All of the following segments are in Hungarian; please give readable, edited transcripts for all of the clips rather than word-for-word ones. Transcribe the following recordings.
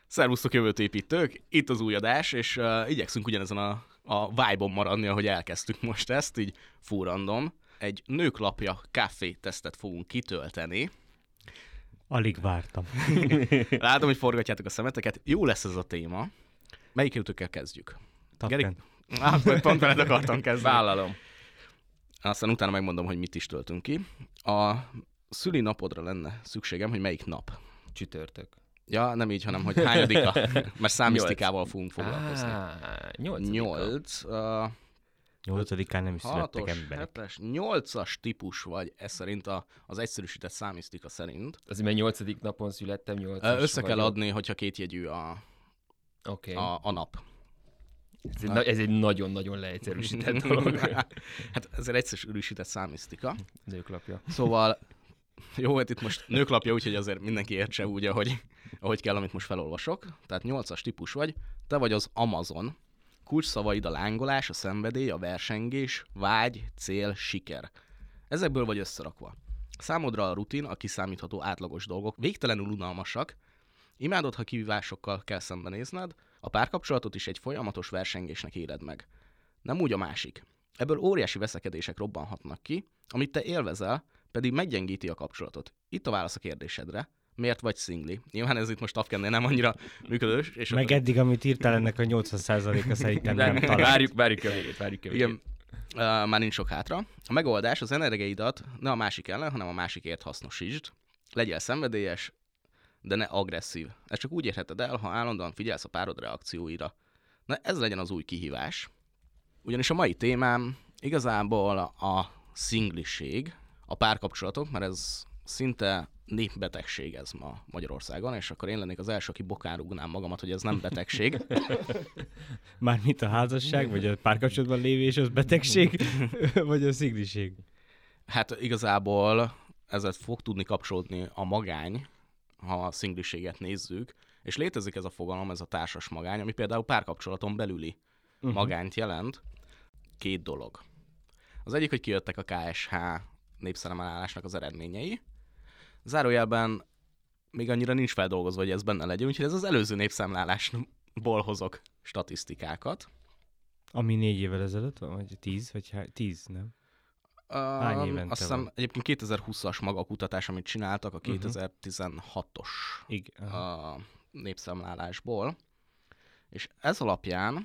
Szervusztok, jövőtépítők! Itt az új adás, és igyekszünk ugyanezen a vibe-on maradni, ahogy elkezdtük most ezt, így furrandom. Egy nőklapja kávé tesztet fogunk kitölteni. Alig vártam. Látom, hogy forgatjátok a szemeteket. Jó lesz ez a téma. Melyik őtökkel kezdjük? Gerik? Pont veled akartam kezdeni. Vállalom. Aztán utána megmondom, hogy mit is töltünk ki. A szüli napodra lenne szükségem, hogy melyik nap. Csütörtök. Ja, nem így, hanem hogy hányadika, mert számisztikával fogunk foglalkozni. 8. 8-án nem is születtek 6-os, emberek. 7-es, 8-as típus vagy, ez szerint az egyszerűsített számisztika szerint. Azért mert 8. napon születtem, 8-as Össze kell vagyok. adni, hogyha kétjegyű Oké. a nap. Ez egy nagyon-nagyon leegyszerűsített dolog. Hát ezért egyszerűsített számisztika. Nőklapja. Szóval, jó, hát itt most nőklapja, úgyhogy azért mindenki értse úgy, ahogy kell, amit most felolvasok. Tehát 8-as típus vagy, te vagy az Amazon. Kulcsszavaid a lángolás, a szenvedély, a versengés, vágy, cél, siker. Ezekből vagy összerakva. Számodra a rutin, a kiszámítható átlagos dolgok végtelenül unalmasak, imádod, ha kihívásokkal kell szembenézned, a párkapcsolatot is egy folyamatos versengésnek éled meg. Nem úgy a másik. Ebből óriási veszekedések robbanhatnak ki, amit te élvezel, pedig meggyengíti a kapcsolatot. Itt a válasz a kérdésedre. Miért vagy szingli? Nyilván ez itt most Afkennél nem annyira működős. És Meg eddig, amit írtál, ennek a 80%-a szerintem nem talál. Várjuk a végét. Igen, már nincs sok hátra. A megoldás, az energiaidat ne a másik ellen, hanem a másikért hasznosítsd. Legyél szenvedélyes, de ne agresszív. Ezt csak úgy érheted el, ha állandóan figyelsz a párod reakcióira. Na ez legyen az új kihívás. Ugyanis a mai témám igazából a szingliség, a párkapcsolatok, mert ez szinte népbetegség ez ma Magyarországon, és akkor én lennék az első, aki bokán rúgnám magamat, hogy ez nem betegség. Mármint a házasság, vagy a párkapcsolatban lévés, az betegség, vagy a szingliség? Hát igazából ezzel fog tudni kapcsolódni a magány, ha a szingliséget nézzük, és létezik ez a fogalom, ez a társas magány, ami például párkapcsolaton belüli magányt jelent. Két dolog. Az egyik, hogy kijöttek a KSH népszámlálásnak az eredményei. Zárójelben még annyira nincs feldolgozva, hogy ez benne legyen, úgyhogy ez az előző népszámlálásból hozok statisztikákat. Ami 4 évvel ezelőtt van, vagy 10, vagy 10, nem? Hány évente azt hiszem van? egyébként 2020-as maga a kutatás, amit csináltak a 2016-os népszámlálásból, és ez alapján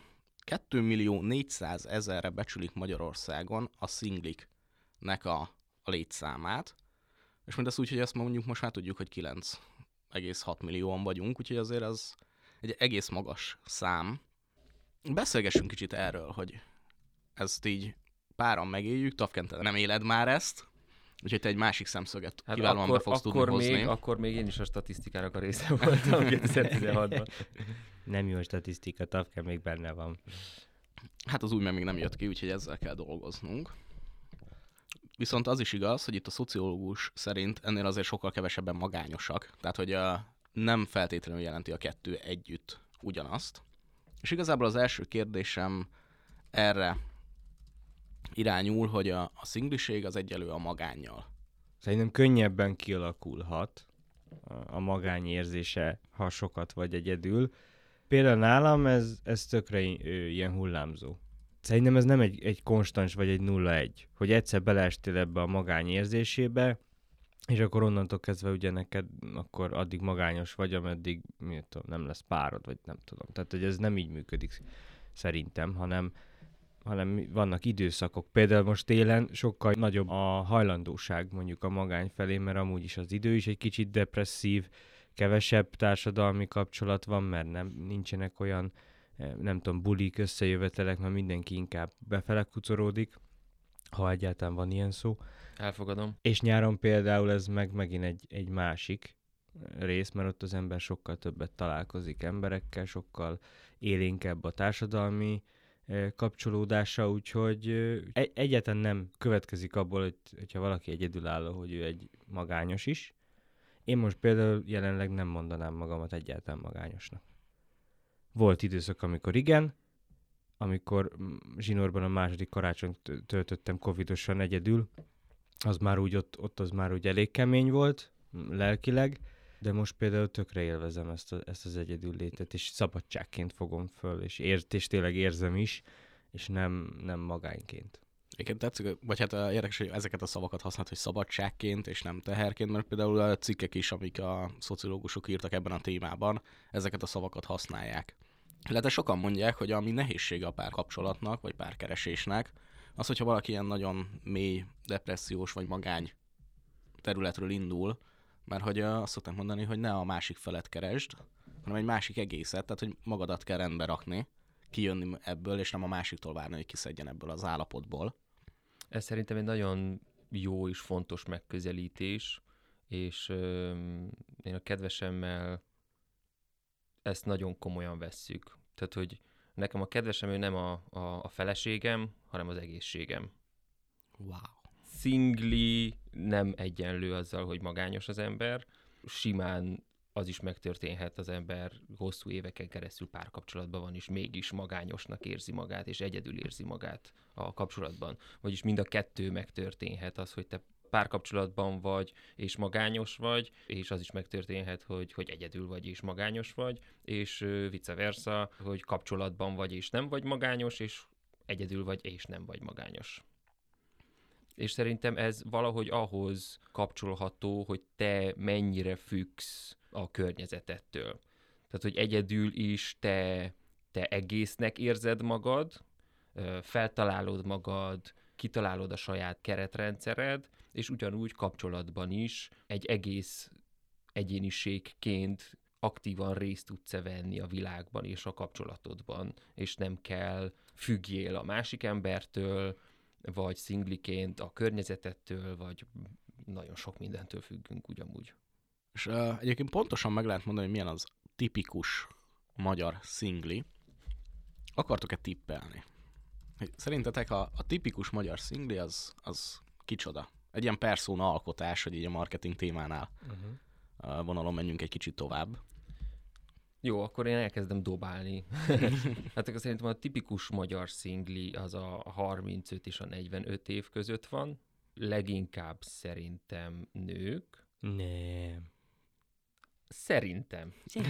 2.400.000-re becsülik Magyarországon a szingliknek a létszámát, és mindezt úgy, hogy ezt mondjuk most már tudjuk, hogy 9,6 millióan vagyunk, úgyhogy azért ez egy egész magas szám. Beszélgessünk kicsit erről, hogy ezt így páran megéljük, Tafken, nem éled már ezt, úgyhogy te egy másik szemszöget kiválóan be fogsz tudni hozni. Akkor még én is a statisztikának a része voltam 2016-ban. Nem jó a statisztika, Tafken még benne van. Hát az úgy még nem jött ki, úgyhogy ezzel kell dolgoznunk. Viszont az is igaz, hogy itt a szociológus szerint ennél azért sokkal kevesebben magányosak, tehát hogy nem feltétlenül jelenti a kettő együtt ugyanazt. És igazából az első kérdésem erre irányul, hogy a szingliség az egyenlő a magánnyal. Szerintem könnyebben kialakulhat a magányérzése, ha sokat vagy egyedül. Például nálam ez tökre ilyen hullámzó. Szerintem ez nem egy konstans vagy egy 0-1, hogy egyszer beleestél ebbe a magány érzésébe, és akkor onnantól kezdve ugye neked akkor addig magányos vagy, ameddig nem lesz párod, vagy nem tudom. Tehát, hogy ez nem így működik szerintem, hanem vannak időszakok. Például most télen sokkal nagyobb a hajlandóság mondjuk a magány felé, mert amúgy is az idő is egy kicsit depresszív, kevesebb társadalmi kapcsolat van, mert nincsenek olyan nem tudom, bulik, összejövetelek, mert mindenki inkább befele kucoródik, ha egyáltalán van ilyen szó. Elfogadom. És nyáron például ez megint egy másik rész, mert ott az ember sokkal többet találkozik emberekkel, sokkal élénkebb a társadalmi kapcsolódása, úgyhogy egyáltalán nem következik abból, hogyha valaki egyedülálló, hogy ő egy magányos is. Én most például jelenleg nem mondanám magamat egyáltalán magányosnak. Volt időszak, amikor igen, amikor zsinórban a második karácsonyt töltöttem covidosan egyedül, az már úgy ott az már úgy elég kemény volt, lelkileg, De most például tökre élvezem ezt az egyedül létet, és szabadságként fogom föl, és tényleg érzem is, és nem magányként. Igen, tetszik, vagy hát érdekes, hogy ezeket a szavakat használt, hogy szabadságként és nem teherként, mert például a cikkek is, amik a szociológusok írtak ebben a témában, ezeket a szavakat használják. Illetve sokan mondják, hogy ami nehézsége a párkapcsolatnak, vagy párkeresésnek, az, hogyha valaki ilyen nagyon mély, depressziós vagy magány területről indul, mert hogy azt szokták mondani, hogy ne a másik felet keresd, hanem egy másik egészet, tehát hogy magadat kell rendbe rakni, kijönni ebből, és nem a másiktól várni, hogy kiszedjen ebből az állapotból. Ez szerintem egy nagyon jó és fontos megközelítés, és én a kedvesemmel ezt nagyon komolyan vesszük. Tehát, hogy nekem a kedvesem ő nem a feleségem, hanem az egészségem. Wow. Szingli nem egyenlő azzal, hogy magányos az ember. Simán az is megtörténhet, az ember hosszú éveken keresztül párkapcsolatban van, és mégis magányosnak érzi magát, és egyedül érzi magát a kapcsolatban. Vagyis mind a kettő megtörténhet, az, hogy te párkapcsolatban vagy, és magányos vagy, és az is megtörténhet, hogy egyedül vagy, és magányos vagy, és vice versa, hogy kapcsolatban vagy, és nem vagy magányos, és egyedül vagy, és nem vagy magányos. És szerintem ez valahogy ahhoz kapcsolható, hogy te mennyire függsz a környezetettől. Tehát, hogy egyedül is te egésznek érzed magad, feltalálod magad, kitalálod a saját keretrendszered, és ugyanúgy kapcsolatban is egy egész egyéniségként aktívan részt tudsz venni a világban és a kapcsolatodban, és nem kell függjél a másik embertől, vagy szingliként a környezetettől, vagy nagyon sok mindentől függünk ugyanúgy. És egyébként pontosan meg lehet mondani, hogy milyen az tipikus magyar szingli. Akartok-e tippelni? Szerintetek a tipikus magyar szingli az kicsoda? Egy ilyen persona alkotás, hogy így a marketing témánál vonalon menjünk egy kicsit tovább. Jó, akkor én elkezdem dobálni. Hát akkor szerintem a tipikus magyar szingli az a 35 és a 45 év között van. Leginkább szerintem nők. Nem. Szerintem.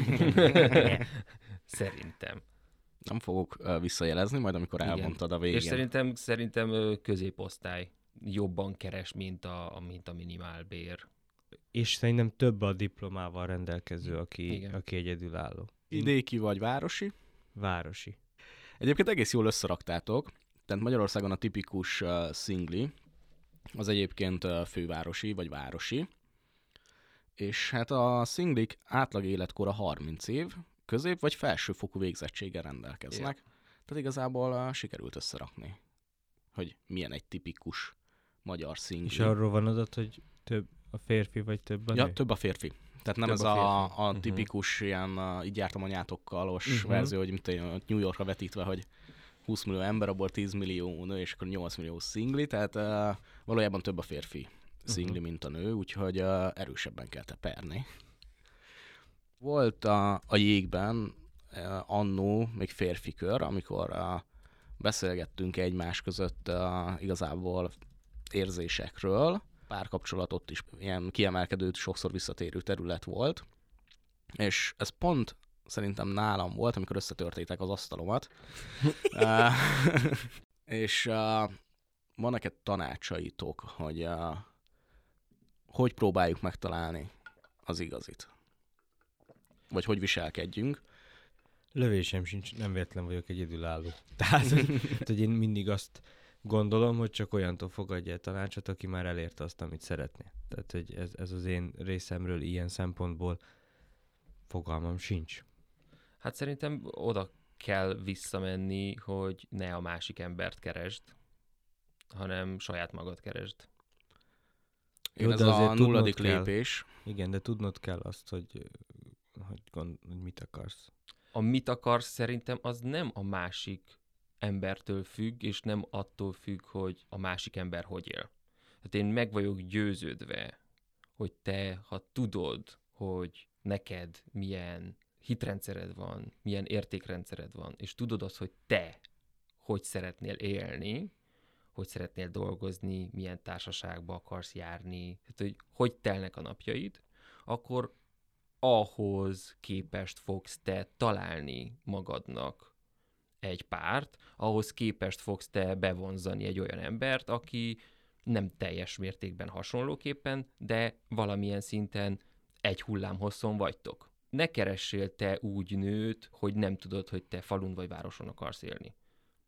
Szerintem. Nem fogok visszajelezni, majd amikor elmondtad a végén. És szerintem középosztály jobban keres, mint a minimálbér. És szerintem több a diplomával rendelkező, aki egyedülálló. Vidéki vagy városi? Városi. Egyébként egész jól összeraktátok. Tehát Magyarországon a tipikus szingli az egyébként fővárosi vagy városi. És hát a szinglik átlag életkora 30 év, közép vagy felsőfokú végzettséggel rendelkeznek. Yeah. Tehát igazából sikerült összerakni, hogy milyen egy tipikus magyar szingli. És arról van adat, hogy több a férfi vagy több a nő? Ja, több a férfi. Tehát nem több ez a tipikus ilyen így jártam anyátokkal-os verzió, hogy mint New Yorkra vetítve, hogy 20 millió ember, abból 10 millió nő, és akkor 8 millió szingli, tehát valójában több a férfi szingli, mint a nő, úgyhogy erősebben kell teperni. Volt a jégben annó még férfi kör, amikor beszélgettünk egymás között igazából érzésekről. Párkapcsolatot is ilyen kiemelkedő, sokszor visszatérő terület volt. És ez pont szerintem nálam volt, amikor összetörtétek az asztalomat. És van neked tanácsaitok, hogy próbáljuk megtalálni az igazit? Vagy hogy viselkedjünk? Lövésem sincs, nem véletlen vagyok egyedülálló. Tehát, hogy én mindig azt gondolom, hogy csak olyantól fogadja a tanácsot, aki már elérte azt, amit szeretné. Tehát, hogy ez az én részemről ilyen szempontból fogalmam sincs. Hát szerintem oda kell visszamenni, hogy ne a másik embert keresd, hanem saját magad keresd. Jó, ez a nulladik lépés. Igen, de tudnod kell azt, hogy mit akarsz. A mit akarsz szerintem az nem a másik embertől függ, és nem attól függ, hogy a másik ember hogy él. Hát én meg vagyok győződve, hogy te, ha tudod, hogy neked milyen hitrendszered van, milyen értékrendszered van, és tudod azt, hogy te hogy szeretnél élni, hogy szeretnél dolgozni, milyen társaságba akarsz járni, tehát hogy telnek a napjaid, akkor ahhoz képest fogsz te találni magadnak egy párt, ahhoz képest fogsz te bevonzani egy olyan embert, aki nem teljes mértékben hasonlóképpen, de valamilyen szinten egy hullámhosszon vagytok. Ne keressél te úgy nőt, hogy nem tudod, hogy te falun vagy városon akarsz élni.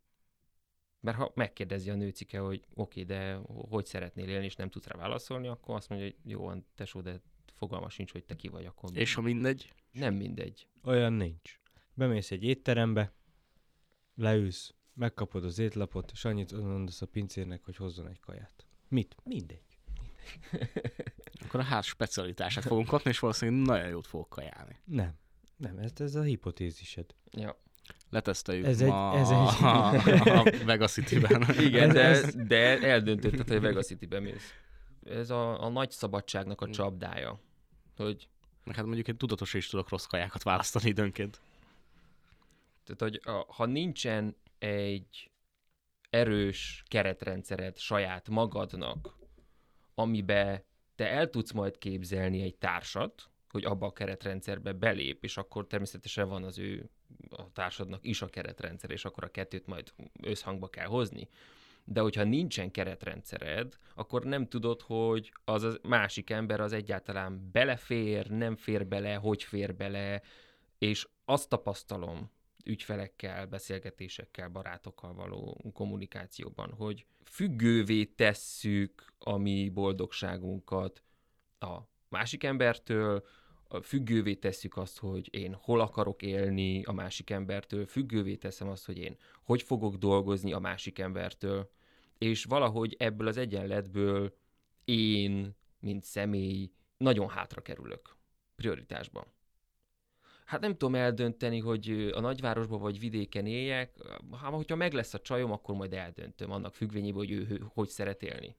Mert ha megkérdezi a nőcike, hogy oké, de hogy szeretnél élni, és nem tudsz rá válaszolni, akkor azt mondja, hogy jó, tesó, de fogalma sincs, hogy te ki vagy akkor. És ha mindegy? Nem mindegy. Olyan nincs. Bemész egy étterembe, leülsz, megkapod az étlapot, és annyit mondasz a pincérnek, hogy hozzon egy kaját. Mit? Mindegy. Akkor a ház specialitását fogunk kapni, és valószínűleg nagyon jót fogok kajálni. Nem, ez a hipotézised. Ja. Leteszteljük Ez ma egy- a Vegas City-ben. Igen, de eldöntötted, hogy Vegas City-be mész. Ez a nagy szabadságnak a csapdája. Hogy, Meg hát mondjuk én tudatosan is tudok rossz kajákat választani időnként. tehát, hogy ha nincsen egy erős keretrendszered saját magadnak, amibe te el tudsz majd képzelni egy társat, hogy abba a keretrendszerbe belép, és akkor természetesen van a társadnak is a keretrendszer, és akkor a kettőt majd összhangba kell hozni. De hogyha nincsen keretrendszered, akkor nem tudod, hogy az a másik ember az egyáltalán belefér, nem fér bele, hogy fér bele, és azt tapasztalom ügyfelekkel, beszélgetésekkel, barátokkal való kommunikációban, hogy függővé tesszük a mi boldogságunkat a másik embertől, függővé tesszük azt, hogy én hol akarok élni a másik embertől, függővé teszem azt, hogy én hogy fogok dolgozni a másik embertől, és valahogy ebből az egyenletből én, mint személy, nagyon hátra kerülök prioritásban. Hát nem tudom eldönteni, hogy a nagyvárosban vagy vidéken éljek, hogyha meg lesz a csajom, akkor majd eldöntöm annak függvényében, hogy ő hogy szeret élni.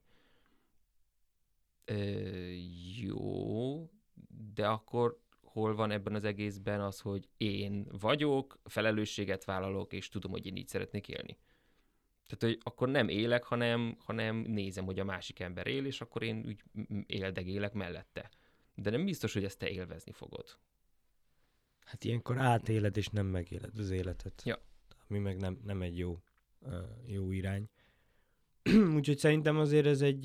Jó, de akkor hol van ebben az egészben az, hogy én vagyok, felelősséget vállalok, és tudom, hogy én így szeretnék élni. Tehát, hogy akkor nem élek, hanem nézem, hogy a másik ember él, és akkor én úgy éldegélek mellette. De nem biztos, hogy ezt te élvezni fogod. Hát ilyenkor átéled, és nem megéled az életet. Ja. Ami meg nem egy jó irány. Úgyhogy szerintem azért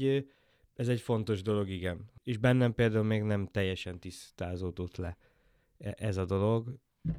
ez egy fontos dolog, igen. És bennem például még nem teljesen tisztázódott le ez a dolog.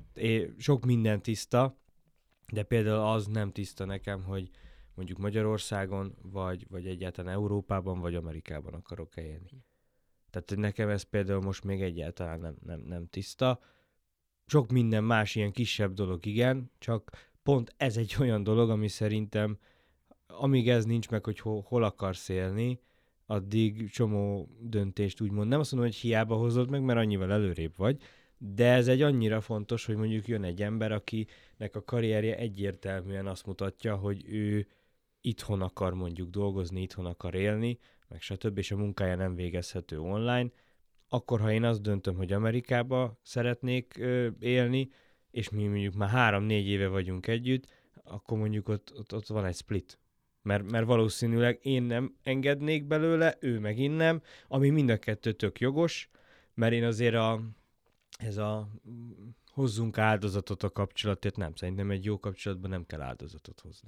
Sok minden tiszta, de például az nem tiszta nekem, hogy mondjuk Magyarországon, vagy egyáltalán Európában, vagy Amerikában akarok élni. Tehát nekem ez például most még egyáltalán nem tiszta. Sok minden más ilyen kisebb dolog, igen, csak pont ez egy olyan dolog, ami szerintem, amíg ez nincs meg, hogy hol akarsz élni, addig csomó döntést úgymond, nem azt mondom, hogy hiába hozod meg, mert annyival előrébb vagy, de ez egy annyira fontos, hogy mondjuk jön egy ember, akinek a karrierje egyértelműen azt mutatja, hogy ő itthon akar mondjuk dolgozni, itthon akar élni, meg stb., és a munkája nem végezhető online, akkor ha én azt döntöm, hogy Amerikába szeretnék élni, és mi mondjuk már 3-4 éve vagyunk együtt, akkor mondjuk ott van egy split. Mert valószínűleg én nem engednék belőle, ő megint nem, ami mind a kettő tök jogos, mert én azért ez a hozzunk áldozatot a kapcsolatért, nem, szerintem egy jó kapcsolatban nem kell áldozatot hozni.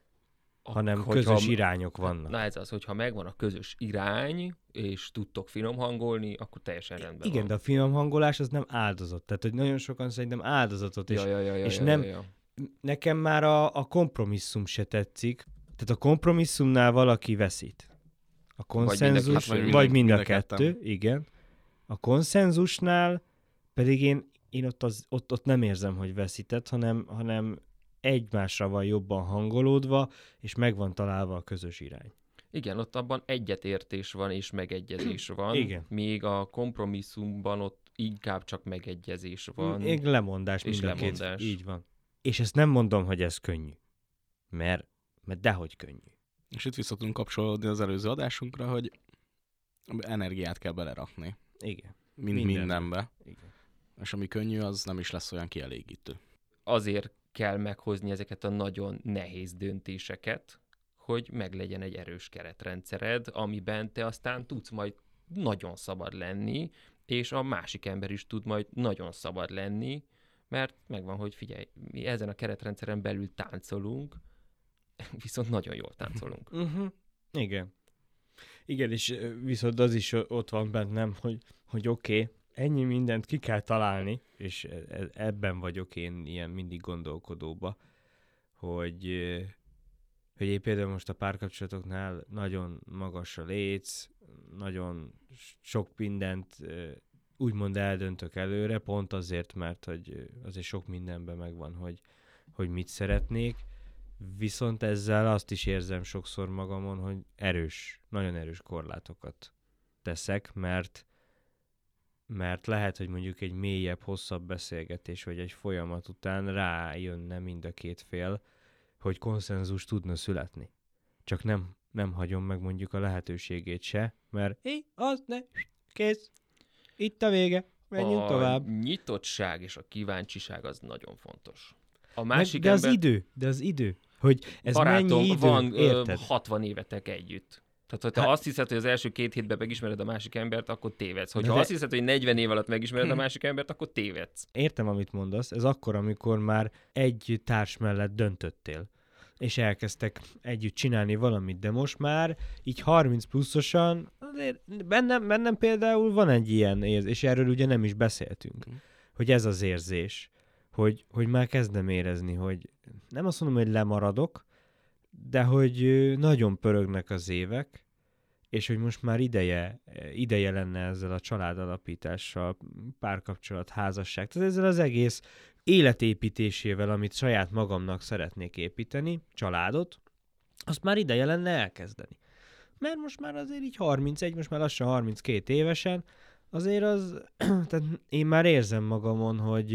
Hanem közös irányok vannak. Na ez az, hogyha megvan a közös irány, és tudtok finom hangolni, akkor teljesen rendben igen, van. de a finom hangolás az nem áldozat. Tehát, hogy nagyon sokan szerintem áldozatot, és nem... Nekem már a kompromisszum se tetszik. Tehát a kompromisszumnál valaki veszít. A konszenzus, vagy mind a kettő, igen. A konszenzusnál pedig én ott nem érzem, hogy veszített, hanem egymásra van jobban hangolódva, és meg van találva a közös irány. Igen, ott abban egyetértés van, és megegyezés van. Igen. Míg a kompromisszumban ott inkább csak megegyezés van. Még lemondás, és mind a lemondás. két. Így van. És ezt nem mondom, hogy ez könnyű. Mert dehogy könnyű. És itt vissza tudunk kapcsolódni az előző adásunkra, hogy energiát kell belerakni. Igen. Mindenbe. Igen. És ami könnyű, az nem is lesz olyan kielégítő. Azért kell meghozni ezeket a nagyon nehéz döntéseket, hogy meglegyen egy erős keretrendszered, amiben te aztán tudsz majd nagyon szabad lenni, és a másik ember is tud majd nagyon szabad lenni, mert megvan, hogy figyelj, mi ezen a keretrendszeren belül táncolunk, viszont nagyon jól táncolunk. Igen. Igen, és viszont az is ott van bennem, hogy oké, ennyi mindent ki kell találni, és ebben vagyok én ilyen mindig gondolkodóba, hogy én például most a párkapcsolatoknál nagyon magas a léc, nagyon sok mindent úgymond eldöntök előre, pont azért, mert hogy azért sok mindenben megvan, hogy mit szeretnék, viszont ezzel azt is érzem sokszor magamon, hogy nagyon erős korlátokat teszek, mert lehet, hogy mondjuk egy mélyebb, hosszabb beszélgetés, vagy egy folyamat után rájönne mind a két fél, hogy konszenzus tudna születni. Csak nem hagyom meg mondjuk a lehetőségét se, mert kész, itt a vége, menjünk tovább. A nyitottság és a kíváncsiság az nagyon fontos. A másik de az idő, hogy ez barátom, mennyi idő, van érted? 60 évetek együtt. Tehát, hogyha azt hiszed, hogy az első 2 hétben megismered a másik embert, akkor tévedsz. Hogyha azt hiszed, hogy 40 év alatt megismered a másik embert, akkor tévedsz. Értem, amit mondasz. Ez akkor, amikor már egy társ mellett döntöttél, és elkezdtek együtt csinálni valamit, de most már így 30 pluszosan, azért bennem például van egy ilyen érzés, és erről ugye nem is beszéltünk, hogy ez az érzés, hogy már kezdem érezni, hogy nem azt mondom, hogy lemaradok, de hogy nagyon pörögnek az évek, és hogy most már ideje lenne ezzel a családalapítással, párkapcsolat, házasság, tehát ezzel az egész életépítésével, amit saját magamnak szeretnék építeni, családot, azt már ideje lenne elkezdeni. Mert most már azért így 31, most már lassan 32 évesen, azért tehát én már érzem magamon,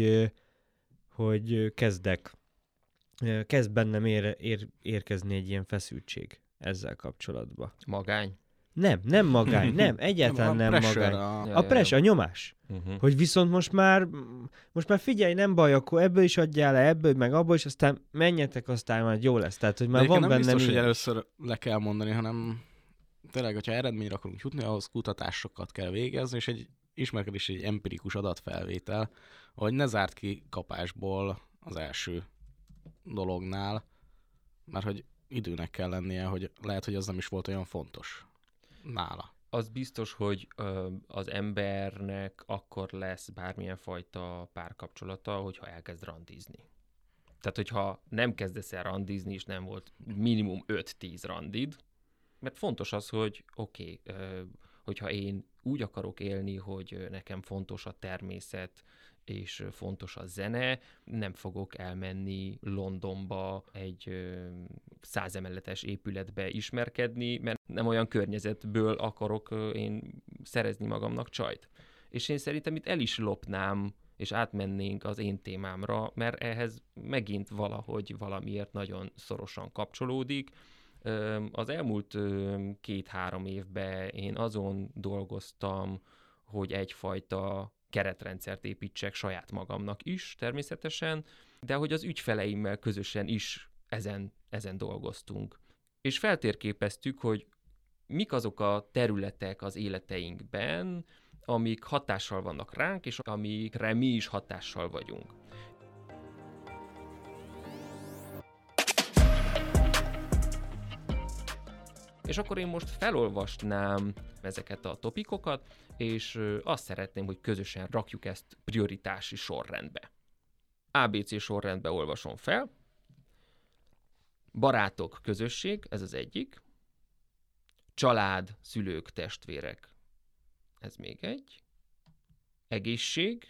hogy kezd bennem érkezni egy ilyen feszültség ezzel kapcsolatban. Magány? Nem magány, nem, egyáltalán nem magány. A pressure, a nyomás. Hogy viszont most már figyelj, nem baj, akkor ebből is adjál le, ebből, meg abból is, aztán menjetek, aztán majd jó lesz. Tehát, hogy már de van nem bennem biztos, ilyen. hogy először le kell mondani, hanem tényleg, hogyha eredményre akarunk jutni, ahhoz kutatásokat kell végezni, és egy ismerkedés, egy empirikus adatfelvétel, hogy ne zárt ki kapásból az első dolognál, mert hogy időnek kell lennie, hogy lehet, hogy az nem is volt olyan fontos nála. Az biztos, hogy az embernek akkor lesz bármilyen fajta párkapcsolata, hogyha elkezd randizni. Tehát, hogyha nem kezdesz el randizni, és nem volt minimum 5-10 randid, mert fontos az, hogy oké, hogyha én úgy akarok élni, hogy nekem fontos a természet, és fontos a zene, nem fogok elmenni Londonba egy 100 emeletes épületbe ismerkedni, mert nem olyan környezetből akarok én szerezni magamnak csajt. És én szerintem itt el is lopnám, és átmennénk az én témámra, mert ehhez megint valahogy valamiért nagyon szorosan kapcsolódik. Az elmúlt 2-3 évben én azon dolgoztam, hogy egyfajta keretrendszert építsek saját magamnak is természetesen, de hogy az ügyfeleimmel közösen is ezen dolgoztunk. És feltérképeztük, hogy mik azok a területek az életeinkben, amik hatással vannak ránk, és amikre mi is hatással vagyunk. És akkor én most felolvasnám ezeket a topikokat, és azt szeretném, hogy közösen rakjuk ezt prioritási sorrendbe. ABC sorrendbe olvasom fel. Barátok, közösség, ez az egyik. Család, szülők, testvérek, ez még egy. Egészség,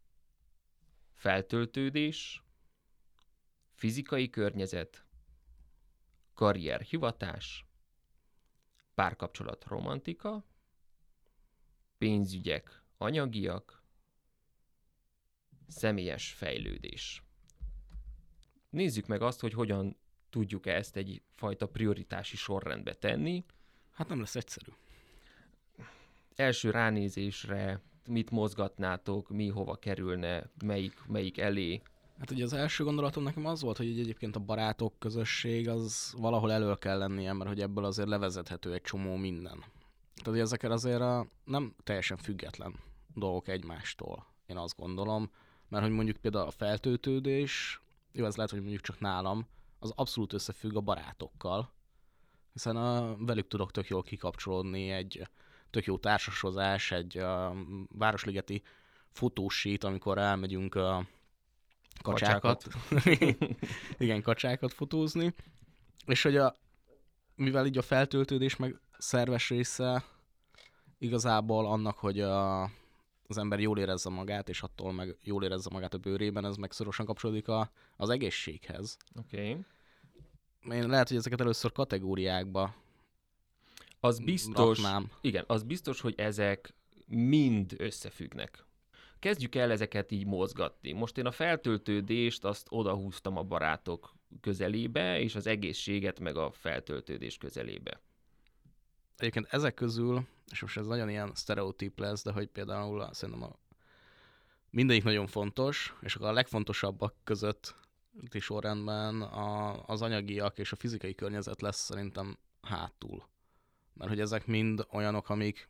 feltöltődés, fizikai környezet, karrier, hivatás, párkapcsolat, romantika, pénzügyek, anyagiak, személyes fejlődés. Nézzük meg azt, hogy hogyan tudjuk ezt egyfajta prioritási sorrendbe tenni. Hát nem lesz egyszerű. Első ránézésre mit mozgatnátok, mi hova kerülne, melyik elé? Hát ugye az első gondolatom nekem az volt, hogy egyébként a barátok közösség az valahol elő kell lennie, mert hogy ebből azért levezethető egy csomó minden. Tehát ezekkel azért nem teljesen független dolgok egymástól, én azt gondolom, mert hogy mondjuk például a feltöltődés, jó, ez lehet, hogy mondjuk csak nálam, az abszolút összefügg a barátokkal, hiszen velük tudok tök jól kikapcsolódni, egy tök jó társasozás, egy városligeti fotósít, amikor elmegyünk kacsákat. Igen, kacsákat fotózni. És hogy mivel így a feltöltődés meg szerves része igazából annak, hogy az ember jól érezze magát, és attól meg jól érezze magát a bőrében, ez meg szorosan kapcsolódik az egészséghez. Oké. Én lehet, hogy ezeket először kategóriákba Az biztos, raknám. igen, az biztos, hogy ezek mind összefüggnek. Kezdjük el ezeket így mozgatni. Most én a feltöltődést azt odahúztam a barátok közelébe, és az egészséget meg a feltöltődés közelébe. Egyébként ezek közül, és most ez nagyon ilyen sztereotíp lesz, de hogy például szerintem mindegyik nagyon fontos, és akkor a legfontosabbak között sorrendben az anyagiak és a fizikai környezet lesz szerintem hátul. Mert hogy ezek mind olyanok, amik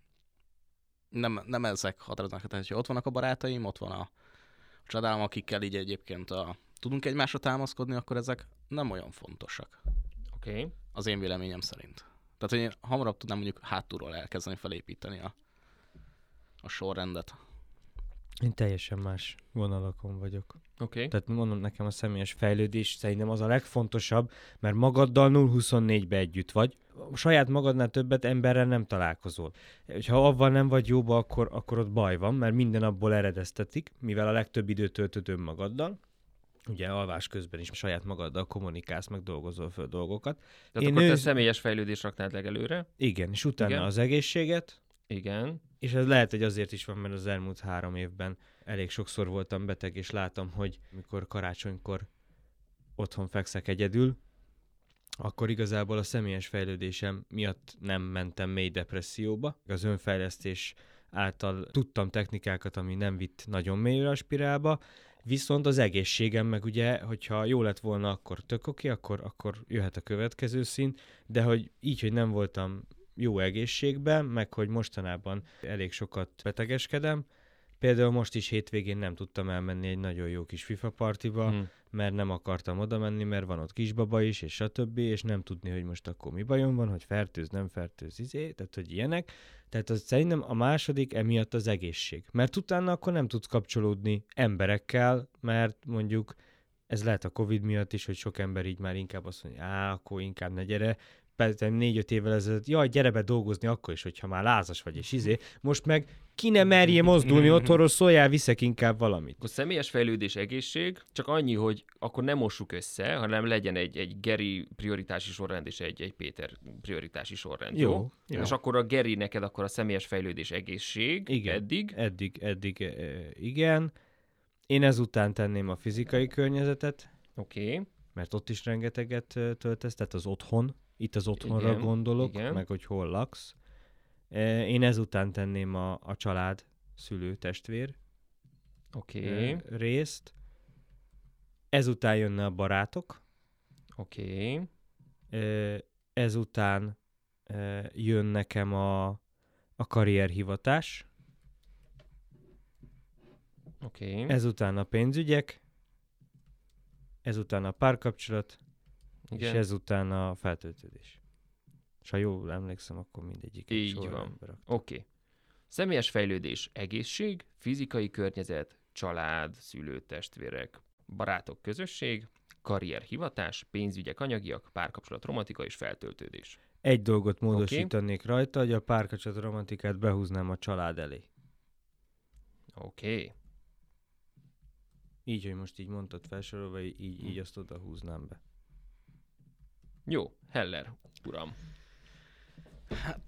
nem ezek határoznak, tehát hogy ott vannak a barátaim, ott van a családom, akikkel így egyébként tudunk egymásra támaszkodni, akkor ezek nem olyan fontosak. Oké. Az én véleményem szerint. Tehát, hogy én hamarabb tudnám mondjuk hátulról elkezdeni felépíteni a sorrendet. Én teljesen más vonalakon vagyok. Oké. Tehát mondom, nekem a személyes fejlődés szerintem az a legfontosabb, mert magaddal 0-24-be együtt vagy. Saját magadnál többet emberrel nem találkozol. Ha avval nem vagy jóba, akkor ott baj van, mert minden abból eredeztetik, mivel a legtöbb időt töltöd önmagaddal. Ugye alvás közben is saját magaddal kommunikálsz, meg dolgozol föl dolgokat. Tehát akkor te személyes fejlődést raknád legelőre? Igen, és utána Igen. az egészséget. Igen. És ez lehet, hogy azért is van, mert az elmúlt 3 évben elég sokszor voltam beteg, és látom, hogy mikor karácsonykor otthon fekszek egyedül, akkor igazából a személyes fejlődésem miatt nem mentem mély depresszióba. Az önfejlesztés által tudtam technikákat, ami nem vitt nagyon mélyre a spirálba, viszont az egészségem meg ugye, hogyha jó lett volna, akkor tök oké, akkor jöhet a következő szint, de hogy így, hogy nem voltam jó egészségben, meg hogy mostanában elég sokat betegeskedem. Például most is hétvégén nem tudtam elmenni egy nagyon jó kis FIFA partiba, mert nem akartam oda menni, mert van ott kisbaba is, és stb., és nem tudni, hogy most akkor mi bajom van, hogy fertőz, nem fertőz, tehát hogy ilyenek. Tehát az szerintem a második emiatt az egészség. Mert utána akkor nem tudsz kapcsolódni emberekkel, mert mondjuk ez lehet a Covid miatt is, hogy sok ember így már inkább azt mondja, akkor inkább ne gyere. 4-5 évvel ezelőtt, jaj, gyere be dolgozni akkor is, hogyha már lázas vagy, és most meg ki ne merje mozdulni otthonról, szóljál, viszek inkább valamit. Akkor személyes fejlődés, egészség, csak annyi, hogy akkor nem mossuk össze, hanem legyen egy Geri prioritási sorrend és egy Péter prioritási sorrend. Jó? És akkor a Geri neked akkor a személyes fejlődés, egészség, igen. Eddig, igen. Én ezután tenném a fizikai környezetet. Oké. Mert ott is rengeteget töltesz, tehát az otthon. Itt az otthonra gondolok, igen. meg hogy hol laksz. Én ezután tenném a család, szülő, testvér részt. Ezután jönne a barátok. Oké. Ezután jön nekem a karrierhivatás. Oké. Ezután a pénzügyek. Ezután a párkapcsolat. Igen. És ezután a feltöltődés. És ha jól emlékszem, akkor mindegyik. Így van. Oké. Személyes fejlődés, egészség, fizikai környezet, család, szülő, testvérek, barátok, közösség, karrier, hivatás, pénzügyek, anyagiak, párkapcsolat, romantika és feltöltődés. Egy dolgot módosítanék rajta, hogy a párkapcsolat romantikát behúznám a család elé. Oké. Így, hogy most így mondtad felsorolva, így azt oda húznám be. Jó, Heller, uram. Hát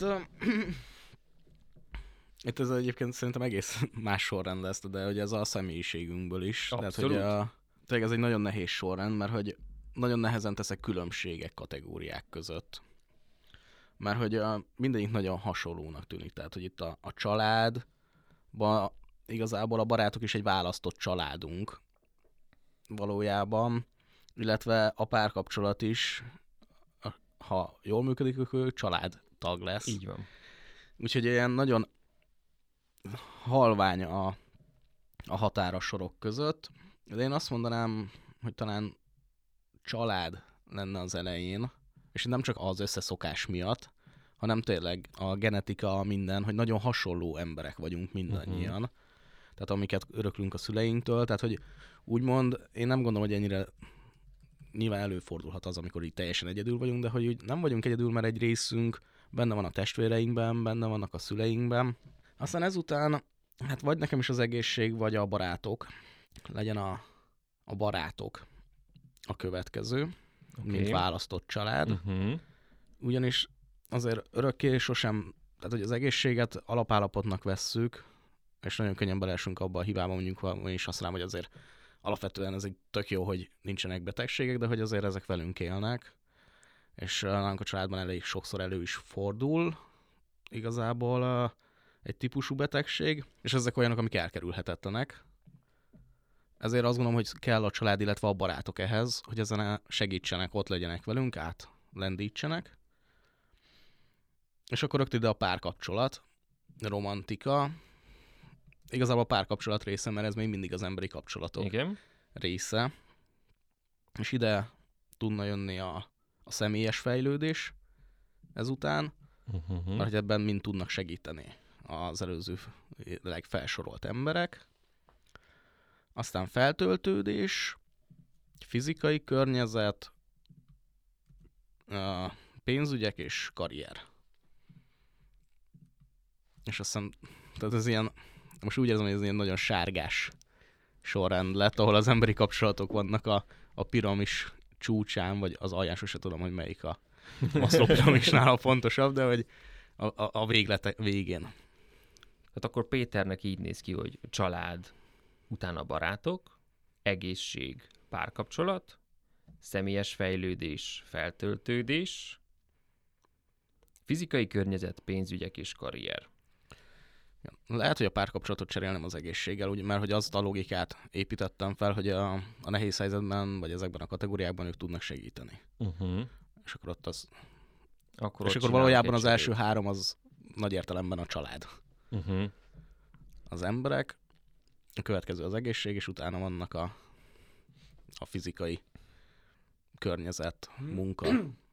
itt ez egyébként szerintem egész más sorrend lesz, de hogy ez a személyiségünkből is. Abszolút. Tehát, hogy tényleg ez egy nagyon nehéz sorrend, mert hogy nagyon nehezen teszek különbségek kategóriák között. Mert hogy mindegyik nagyon hasonlónak tűnik. Tehát, hogy itt a családban igazából a barátok is egy választott családunk valójában, illetve a párkapcsolat is, ha jól működik, akkor családtag lesz. Így van. Úgyhogy ilyen nagyon halvány a határ a sorok között, de én azt mondanám, hogy talán család lenne az elején, és nem csak az összeszokás miatt, hanem tényleg a genetika, minden, hogy nagyon hasonló emberek vagyunk mindannyian. Tehát amiket öröklünk a szüleinktől, tehát hogy úgymond én nem gondolom, hogy ennyire nyilván előfordulhat az, amikor így teljesen egyedül vagyunk, de hogy úgy nem vagyunk egyedül, mert egy részünk benne van a testvéreinkben, benne vannak a szüleinkben. Aztán ezután, hát vagy nekem is az egészség, vagy a barátok. Legyen a barátok a következő, mint választott család. Ugyanis azért örökké sosem, tehát hogy az egészséget alapállapotnak vesszük, és nagyon könnyen beleesünk abba a hibába, mondjuk én is azt rám, hogy azért alapvetően ez egy tök jó, hogy nincsenek betegségek, de hogy azért ezek velünk élnek, és nálunk a családban elég sokszor elő is fordul igazából egy típusú betegség, és ezek olyanok, amik elkerülhetetlenek. Ezért azt gondolom, hogy kell a család, illetve a barátok ehhez, hogy ezen segítsenek, ott legyenek velünk, átlendítsenek. És akkor rögtön ide a párkapcsolat, romantika. Igazából a párkapcsolat része, mert ez még mindig az emberi kapcsolatok része. És ide tudna jönni a személyes fejlődés ezután, mert hogy ebben mind tudnak segíteni az előző felsorolt emberek. Aztán feltöltődés, fizikai környezet, pénzügyek és karrier. És azt hiszem, tehát ez ilyen, most úgy érzem, hogy ez ilyen nagyon sárgás sorrend lett, ahol az emberi kapcsolatok vannak a piramis csúcsán, vagy az alján, sose tudom, hogy melyik a Maslow piramisnál a fontosabb, de hogy a végén. Hát akkor Péternek így néz ki, hogy család, utána barátok, egészség, párkapcsolat, személyes fejlődés, feltöltődés, fizikai környezet, pénzügyek és karrier. Lehet, hogy a párkapcsolatot cserélnem az egészséggel, ugye, mert hogy azt a logikát építettem fel, hogy a nehéz helyzetben, vagy ezekben a kategóriákban ők tudnak segíteni. És akkor ott az... és akkor valójában az első három az nagy értelemben a család. Az emberek, a következő az egészség, és utána vannak a fizikai környezet, munka.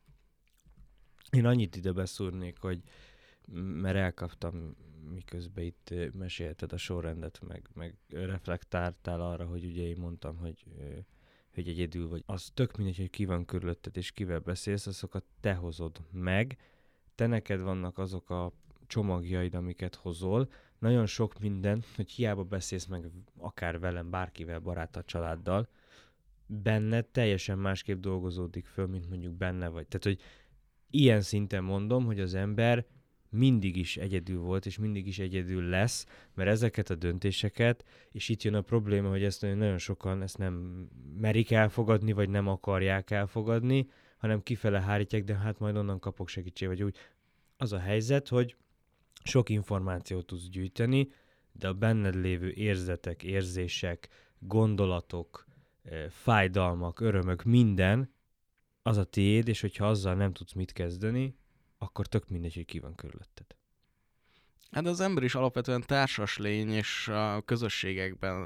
Én annyit ide beszúrnék, hogy mert elkaptam, miközben itt mesélted a sorrendet, meg reflektáltál arra, hogy ugye én mondtam, hogy egyedül vagy. Az tök mindegy, hogy ki van körülötted és kivel beszélsz, azokat te hozod meg. Te neked vannak azok a csomagjaid, amiket hozol. Nagyon sok minden, hogy hiába beszélsz meg akár velem, bárkivel, baráttal, családdal, benned teljesen másképp dolgozódik föl, mint mondjuk benne vagy. Tehát, hogy ilyen szinten mondom, hogy az ember mindig is egyedül volt, és mindig is egyedül lesz, mert ezeket a döntéseket, és itt jön a probléma, hogy ezt nagyon sokan ezt nem merik elfogadni, vagy nem akarják elfogadni, hanem kifele hárítják, de hát majd onnan kapok segítséget, vagy úgy. Az a helyzet, hogy sok információt tudsz gyűjteni, de a benned lévő érzetek, érzések, gondolatok, fájdalmak, örömök, minden az a tiéd, és hogyha azzal nem tudsz mit kezdeni, akkor tök mindegy, hogy ki van körülötted. Hát az ember is alapvetően társas lény, és a közösségekben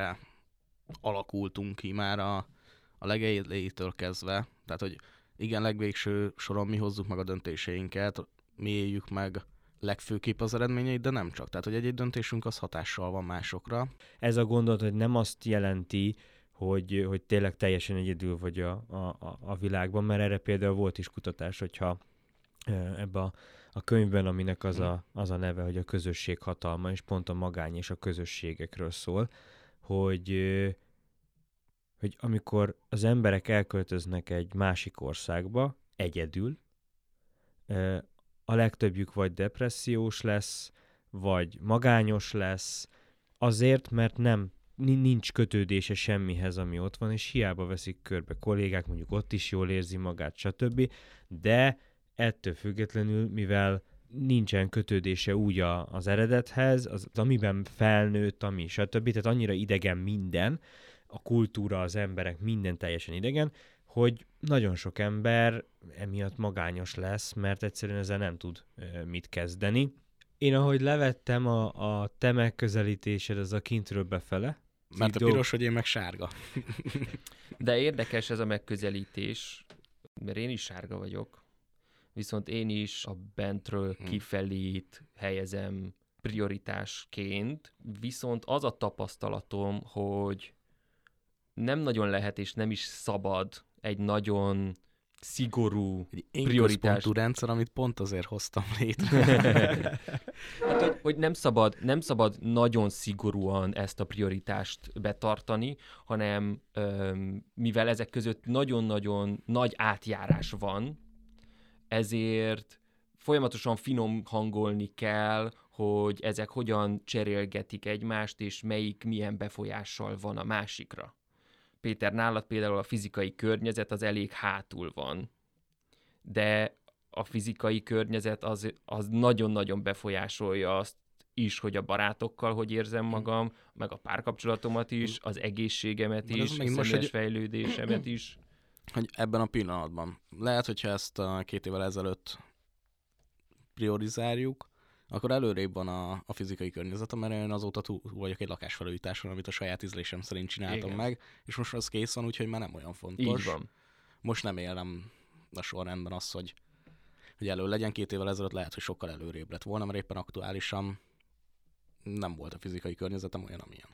alakultunk ki már a legelejétől kezdve. Tehát, hogy igen, legvégső soron mi hozzuk meg a döntéseinket, mi éljük meg legfőképp az eredményeit, de nem csak. Tehát, hogy egy-egy döntésünk az hatással van másokra. Ez a gondolat, hogy nem azt jelenti, hogy tényleg teljesen egyedül vagy a világban, mert erre például volt is kutatás, hogyha ebben a könyvben, aminek az a neve, hogy a közösség hatalma, és pont a magány és a közösségekről szól, hogy amikor az emberek elköltöznek egy másik országba, egyedül, a legtöbbjük vagy depressziós lesz, vagy magányos lesz, azért, mert nincs kötődése semmihez, ami ott van, és hiába veszik körbe kollégák, mondjuk ott is jól érzi magát, stb., de ettől függetlenül, mivel nincsen kötődése úgy az eredethez, az amiben felnőtt, ami stb., tehát annyira idegen minden, a kultúra, az emberek, minden teljesen idegen, hogy nagyon sok ember emiatt magányos lesz, mert egyszerűen ezzel nem tud mit kezdeni. Én ahogy levettem a te megközelítésed, az a kintről befele. Mert a piros, hogy én meg sárga. De érdekes ez a megközelítés, mert én is sárga vagyok, viszont én is a bentről kifelét helyezem prioritásként, viszont az a tapasztalatom, hogy nem nagyon lehet és nem is szabad egy nagyon szigorú Egy prioritás. központú rendszer, amit pont azért hoztam létre. Hát, hogy nem szabad nagyon szigorúan ezt a prioritást betartani, hanem mivel ezek között nagyon-nagyon nagy átjárás van, ezért folyamatosan finom hangolni kell, hogy ezek hogyan cserélgetik egymást, és melyik milyen befolyással van a másikra. Péter, nálad például a fizikai környezet az elég hátul van, de a fizikai környezet az nagyon-nagyon befolyásolja azt is, hogy a barátokkal hogy érzem magam, meg a párkapcsolatomat is, az egészségemet is, a személyes fejlődésemet is. Hogy ebben a pillanatban. Lehet, hogyha ezt 2 évvel ezelőtt priorizáljuk, akkor előrébb van a fizikai környezetem, mert én azóta túl vagyok egy lakásfelújításon, amit a saját ízlésem szerint csináltam meg, és most az kész van, úgyhogy már nem olyan fontos. Így van. Most nem élem a sorrendben azt, hogy elő legyen. 2 évvel ezelőtt lehet, hogy sokkal előrébb lett volna, mert éppen aktuálisan nem volt a fizikai környezetem olyan, amilyen.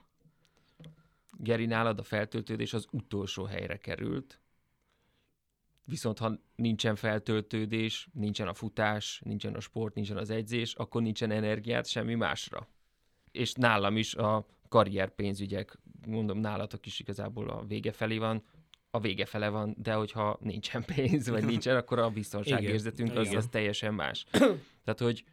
Geri, nálad a feltöltődés az utolsó helyre került, viszont ha nincsen feltöltődés, nincsen a futás, nincsen a sport, nincsen az edzés, akkor nincsen energiát semmi másra. És nálam is a karrierpénzügyek, mondom, nálatok is igazából a vége felé van, a vége fele van, de hogyha nincsen pénz, vagy nincsen, akkor a biztonságérzetünk az teljesen más. Tehát, hogy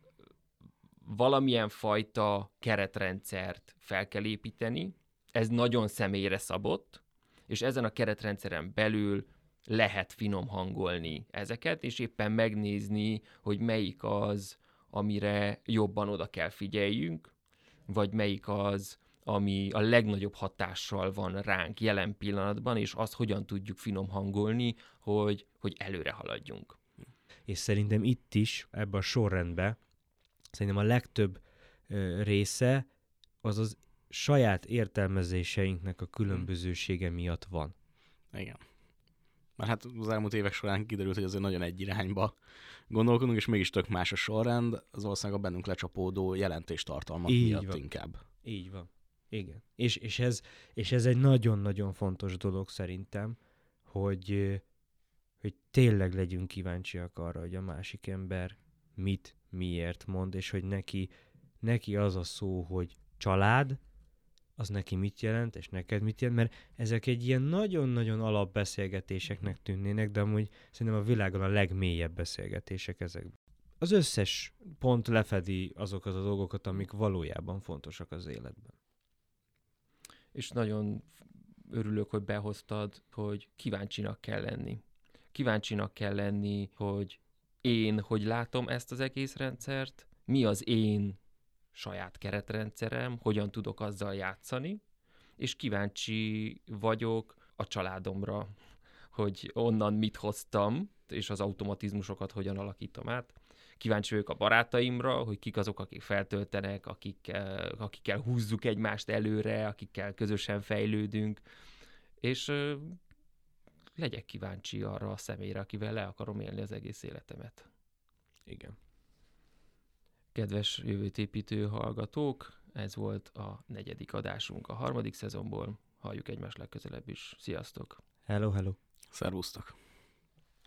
valamilyen fajta keretrendszert fel kell építeni, ez nagyon személyre szabott, és ezen a keretrendszeren belül lehet finom hangolni ezeket, és éppen megnézni, hogy melyik az, amire jobban oda kell figyeljünk, vagy melyik az, ami a legnagyobb hatással van ránk jelen pillanatban, és azt hogyan tudjuk finom hangolni, hogy előre haladjunk. És szerintem itt is, ebben a sorrendben, szerintem a legtöbb része az saját értelmezéseinknek a különbözősége miatt van. Igen. Mert hát az elmúlt évek során kiderült, hogy azért nagyon egy irányba gondolkodunk, és mégis tök más a sorrend, az valószínűleg a bennünk lecsapódó jelentéstartalmak miatt van. inkább. Így van. Igen. És ez egy nagyon-nagyon fontos dolog szerintem, hogy tényleg legyünk kíváncsiak arra, hogy a másik ember miért mond, és hogy neki az a szó, hogy család, az neki mit jelent, és neked mit jelent, mert ezek egy ilyen nagyon-nagyon alapbeszélgetéseknek tűnnének, de amúgy szerintem a világon a legmélyebb beszélgetések ezekben. Az összes pont lefedi azokat a dolgokat, amik valójában fontosak az életben. És nagyon örülök, hogy behoztad, hogy kíváncsinak kell lenni. Kíváncsinak kell lenni, hogy én hogy látom ezt az egész rendszert, mi az én saját keretrendszerem, hogyan tudok azzal játszani, és kíváncsi vagyok a családomra, hogy onnan mit hoztam, és az automatizmusokat hogyan alakítom át. Kíváncsi vagyok a barátaimra, hogy kik azok, akik feltöltenek, akikkel húzzuk egymást előre, akikkel közösen fejlődünk, és legyek kíváncsi arra a személyre, akivel le akarom élni az egész életemet. Igen. Kedves jövőt építő hallgatók, ez volt a 4. adásunk a 3. szezonból. Halljuk egymást legközelebb is. Sziasztok! Hello, hello! Szervusztok!